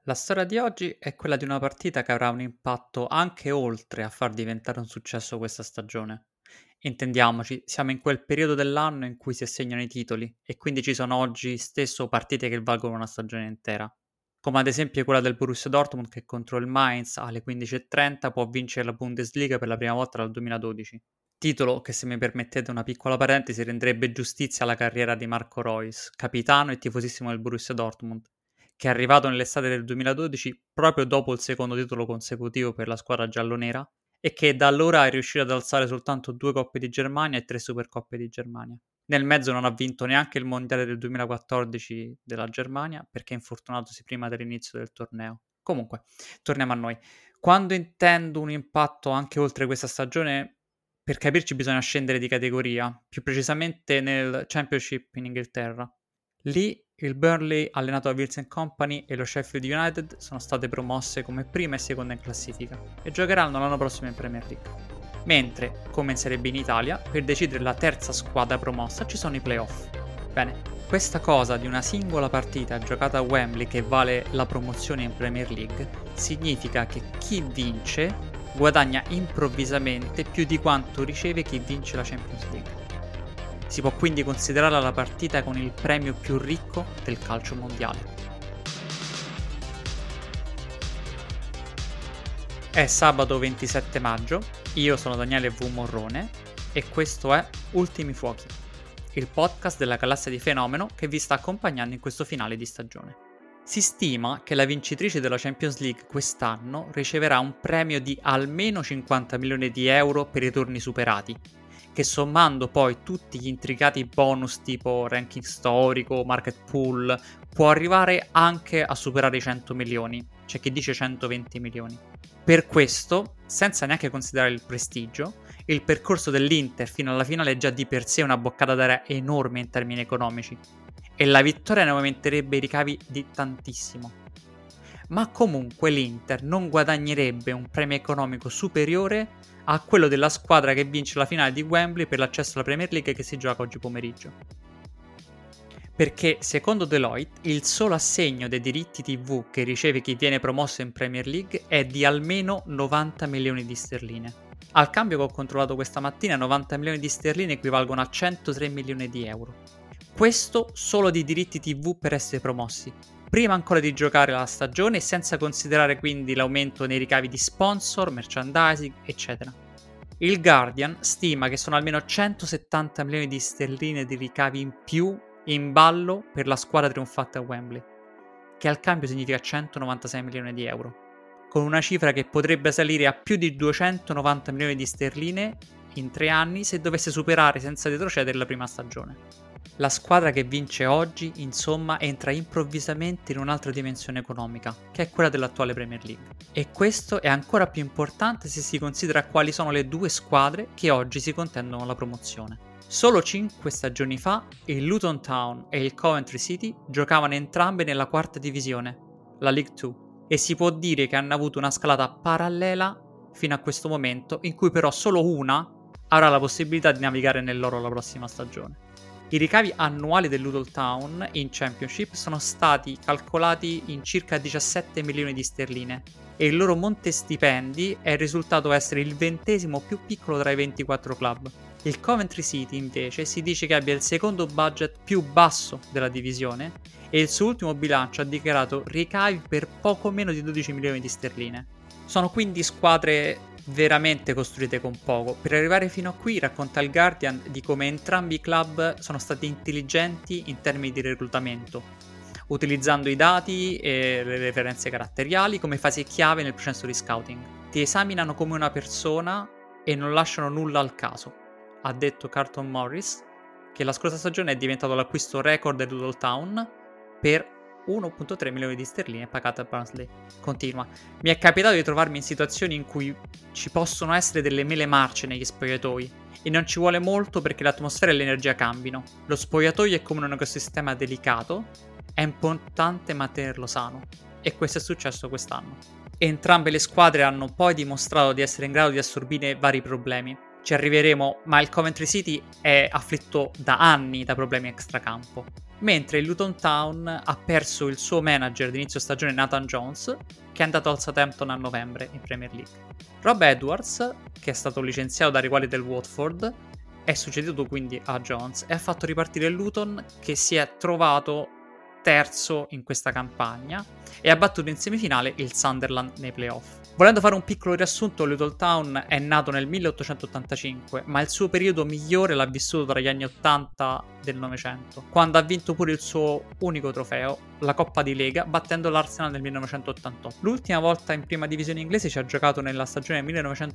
La storia di oggi è quella di una partita che avrà un impatto anche oltre a far diventare un successo questa stagione. Intendiamoci, siamo in quel periodo dell'anno in cui si assegnano i titoli e quindi ci sono oggi stesso partite che valgono una stagione intera. Come ad esempio quella del Borussia Dortmund che contro il Mainz alle 15:30 può vincere la Bundesliga per la prima volta dal 2012. Titolo che, se mi permettete una piccola parentesi, renderebbe giustizia alla carriera di Marco Reus, capitano e tifosissimo del Borussia Dortmund, che è arrivato nell'estate del 2012 proprio dopo il secondo titolo consecutivo per la squadra giallonera e che da allora è riuscito ad alzare soltanto 2 Coppe di Germania e 3 Supercoppe di Germania. Nel mezzo non ha vinto neanche il mondiale del 2014 della Germania perché è infortunatosi prima dell'inizio del torneo. Comunque, torniamo a noi. Quando intendo un impatto anche oltre questa stagione, per capirci bisogna scendere di categoria, più precisamente nel Championship in Inghilterra. Lì il Burnley, allenato da Wilson Company, e lo Sheffield United sono state promosse come prima e seconda in classifica e giocheranno l'anno prossimo in Premier League. Mentre, come in Serie B in Italia, per decidere la terza squadra promossa ci sono i playoff. Bene, questa cosa di una singola partita giocata a Wembley che vale la promozione in Premier League significa che chi vince guadagna improvvisamente più di quanto riceve chi vince la Champions League. Si può quindi considerarla la partita con il premio più ricco del calcio mondiale. È sabato 27 maggio, io sono Daniele V. Morrone e questo è Ultimi Fuochi, il podcast della galassia di Fenomeno che vi sta accompagnando in questo finale di stagione. Si stima che la vincitrice della Champions League quest'anno riceverà un premio di almeno 50 milioni di euro per i turni superati, che sommando poi tutti gli intricati bonus tipo ranking storico, market pool, può arrivare anche a superare i 100 milioni, c'è chi dice 120 milioni. Per questo, senza neanche considerare il prestigio, il percorso dell'Inter fino alla finale è già di per sé una boccata d'aria enorme in termini economici, e la vittoria ne aumenterebbe i ricavi di tantissimo. Ma comunque l'Inter non guadagnerebbe un premio economico superiore a quello della squadra che vince la finale di Wembley per l'accesso alla Premier League che si gioca oggi pomeriggio. Perché, secondo Deloitte, il solo assegno dei diritti TV che riceve chi viene promosso in Premier League è di almeno 90 milioni di sterline. Al cambio che ho controllato questa mattina, 90 milioni di sterline equivalgono a 103 milioni di euro. Questo solo di diritti TV per essere promossi, prima ancora di giocare la stagione, senza considerare quindi l'aumento nei ricavi di sponsor, merchandising, eccetera. Il Guardian stima che sono almeno 170 milioni di sterline di ricavi in più in ballo per la squadra trionfante a Wembley, che al cambio significa 196 milioni di euro, con una cifra che potrebbe salire a più di 290 milioni di sterline in 3 anni se dovesse superare senza retrocedere la prima stagione. La squadra che vince oggi, insomma, entra improvvisamente in un'altra dimensione economica, che è quella dell'attuale Premier League. E questo è ancora più importante se si considera quali sono le due squadre che oggi si contendono la promozione. Solo 5 stagioni fa il Luton Town e il Coventry City giocavano entrambe nella quarta divisione, la League 2, e si può dire che hanno avuto una scalata parallela fino a questo momento, in cui però solo una avrà la possibilità di navigare nell'oro la prossima stagione. I ricavi annuali del Luton Town in Championship sono stati calcolati in circa 17 milioni di sterline e il loro monte stipendi è risultato essere il 20° più piccolo tra i 24 club. Il Coventry City invece si dice che abbia il secondo budget più basso della divisione e il suo ultimo bilancio ha dichiarato ricavi per poco meno di 12 milioni di sterline. Sono quindi squadre veramente costruite con poco. Per arrivare fino a qui racconta il Guardian di come entrambi i club sono stati intelligenti in termini di reclutamento, utilizzando i dati e le referenze caratteriali come fase chiave nel processo di scouting. Ti esaminano come una persona e non lasciano nulla al caso, ha detto Carlton Morris, che la scorsa stagione è diventato l'acquisto record del Luton Town per 1,3 milioni di sterline pagate a Barnsley. Continua. Mi è capitato di trovarmi in situazioni in cui ci possono essere delle mele marce negli spogliatoi e non ci vuole molto perché l'atmosfera e l'energia cambino. Lo spogliatoio è come un ecosistema delicato, è importante mantenerlo sano e questo è successo quest'anno. Entrambe le squadre hanno poi dimostrato di essere in grado di assorbire vari problemi. Ci arriveremo, ma il Coventry City è afflitto da anni da problemi extracampo. mentre il Luton Town ha perso il suo manager d'inizio stagione Nathan Jones, che è andato al Southampton a novembre in Premier League. Rob Edwards, che è stato licenziato dai rivali del Watford, è succeduto quindi a Jones e ha fatto ripartire il Luton, che si è trovato terzo in questa campagna e ha battuto in semifinale il Sunderland nei playoff. Volendo fare un piccolo riassunto, Luton Town è nato nel 1885, ma il suo periodo migliore l'ha vissuto tra gli anni 80 del Novecento, quando ha vinto pure il suo unico trofeo, la Coppa di Lega, battendo l'Arsenal nel 1988. L'ultima volta in prima divisione inglese ci ha giocato nella stagione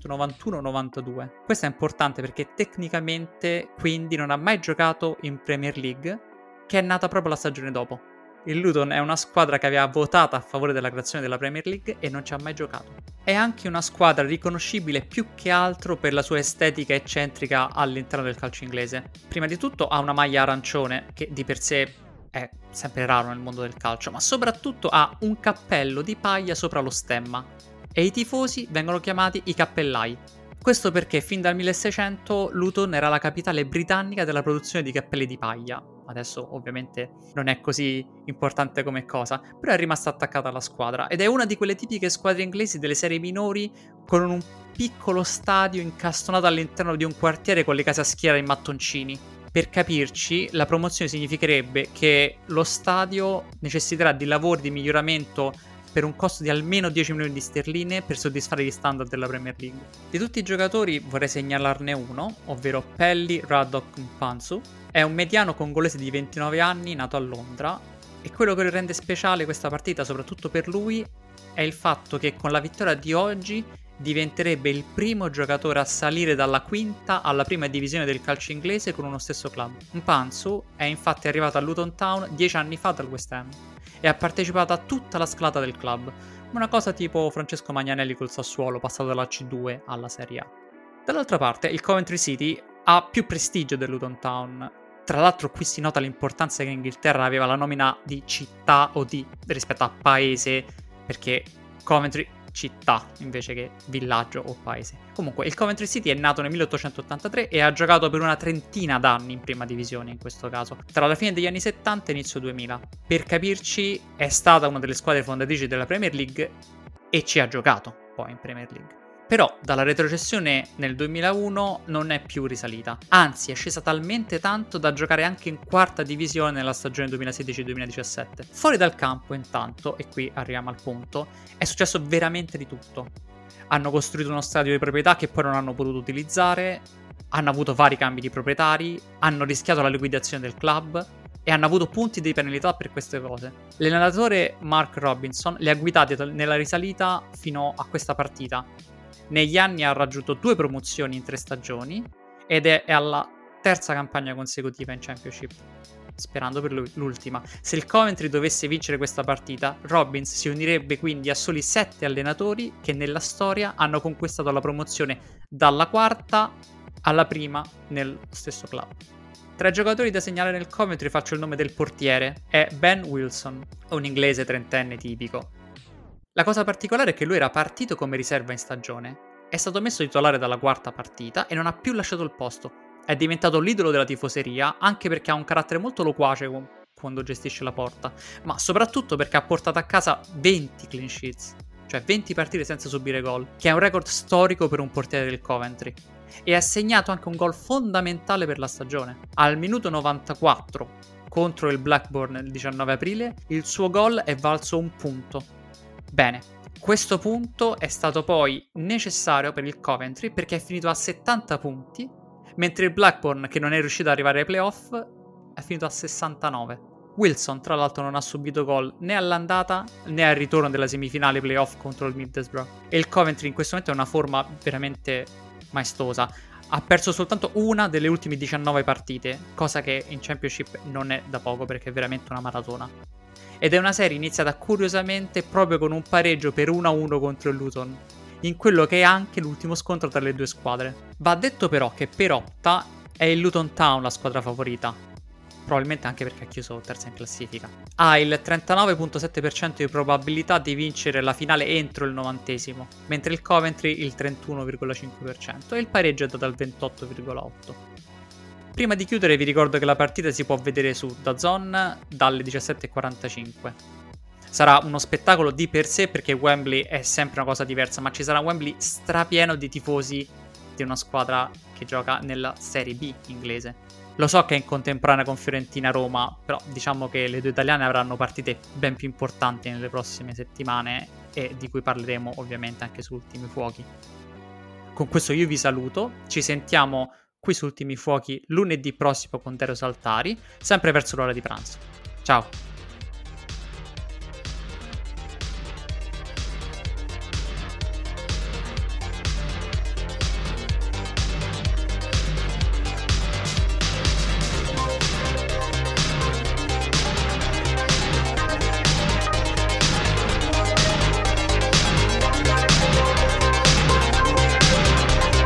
1991-92. Questo è importante perché tecnicamente quindi non ha mai giocato in Premier League, che è nata proprio la stagione dopo. Il Luton è una squadra che aveva votato a favore della creazione della Premier League e non ci ha mai giocato. È anche una squadra riconoscibile più che altro per la sua estetica eccentrica all'interno del calcio inglese. Prima di tutto ha una maglia arancione, che di per sé è sempre raro nel mondo del calcio, ma soprattutto ha un cappello di paglia sopra lo stemma. E i tifosi vengono chiamati i cappellai. Questo perché fin dal 1600 Luton era la capitale britannica della produzione di cappelli di paglia. Adesso ovviamente non è così importante come cosa, però è rimasta attaccata alla squadra ed è una di quelle tipiche squadre inglesi delle serie minori con un piccolo stadio incastonato all'interno di un quartiere con le case a schiera in mattoncini. Per capirci, la promozione significherebbe che lo stadio necessiterà di lavori di miglioramento per un costo di almeno 10 milioni di sterline per soddisfare gli standard della Premier League. Di tutti i giocatori vorrei segnalarne uno, ovvero Pelly Radok Mpanzu. È un mediano congolese di 29 anni, nato a Londra, e quello che rende speciale questa partita, soprattutto per lui, è il fatto che con la vittoria di oggi diventerebbe il primo giocatore a salire dalla quinta alla prima divisione del calcio inglese con uno stesso club. Mpanzu è infatti arrivato a Luton Town 10 anni fa dal West Ham e ha partecipato a tutta la scalata del club, una cosa tipo Francesco Magnanelli col Sassuolo, passato dalla C2 alla Serie A. Dall'altra parte, il Coventry City ha più prestigio del Luton Town. Tra l'altro qui si nota l'importanza che in Inghilterra aveva la nomina di città o di rispetto a paese, perché Coventry città invece che villaggio o paese. Comunque il Coventry City è nato nel 1883 e ha giocato per una trentina d'anni in prima divisione in questo caso, tra la fine degli anni 70 e inizio 2000. Per capirci, è stata una delle squadre fondatrici della Premier League e ci ha giocato poi in Premier League. Però dalla retrocessione nel 2001 non è più risalita, anzi è scesa talmente tanto da giocare anche in quarta divisione nella stagione 2016-2017. Fuori dal campo intanto, e qui arriviamo al punto, è successo veramente di tutto. Hanno costruito uno stadio di proprietà che poi non hanno potuto utilizzare, hanno avuto vari cambi di proprietari, hanno rischiato la liquidazione del club e hanno avuto punti di penalità per queste cose. L'allenatore Mark Robinson li ha guidati nella risalita fino a questa partita. Negli anni ha raggiunto 2 promozioni in 3 stagioni ed è alla terza campagna consecutiva in Championship, sperando per l'ultima. Se il Coventry dovesse vincere questa partita, Robbins si unirebbe quindi a soli 7 allenatori che nella storia hanno conquistato la promozione dalla quarta alla prima nello stesso club. Tra i giocatori da segnalare nel Coventry faccio il nome del portiere, è Ben Wilson, un inglese trentenne tipico. La cosa particolare è che lui era partito come riserva in stagione, è stato messo titolare dalla quarta partita e non ha più lasciato il posto. È diventato l'idolo della tifoseria anche perché ha un carattere molto loquace quando gestisce la porta, ma soprattutto perché ha portato a casa 20 clean sheets, cioè 20 partite senza subire gol, che è un record storico per un portiere del Coventry. E ha segnato anche un gol fondamentale per la stagione. Al minuto 94 contro il Blackburn il 19 aprile, il suo gol è valso un punto. Bene, questo punto è stato poi necessario per il Coventry perché è finito a 70 punti, mentre il Blackburn, che non è riuscito ad arrivare ai playoff, è finito a 69. Wilson, tra l'altro, non ha subito gol né all'andata né al ritorno della semifinale playoff contro il Middlesbrough. E il Coventry in questo momento è una forma veramente maestosa. Ha perso soltanto una delle ultime 19 partite, cosa che in Championship non è da poco perché è veramente una maratona. Ed è una serie iniziata curiosamente proprio con un pareggio per 1-1 contro il Luton, in quello che è anche l'ultimo scontro tra le due squadre. Va detto però che per Opta è il Luton Town la squadra favorita, probabilmente anche perché ha chiuso terza in classifica. Ha il 39,7% di probabilità di vincere la finale entro il 90°, mentre il Coventry il 31,5% e il pareggio è dato al 28,8%. Prima di chiudere vi ricordo che la partita si può vedere su DAZN dalle 17:45. Sarà uno spettacolo di per sé perché Wembley è sempre una cosa diversa, ma ci sarà un Wembley strapieno di tifosi di una squadra che gioca nella Serie B inglese. Lo so che è in contemporanea con Fiorentina-Roma, però diciamo che le due italiane avranno partite ben più importanti nelle prossime settimane e di cui parleremo ovviamente anche su Ultimi Fuochi. Con questo io vi saluto, ci sentiamo qui su Ultimi Fuochi lunedì prossimo con Dario Saltari, sempre verso l'ora di pranzo. Ciao!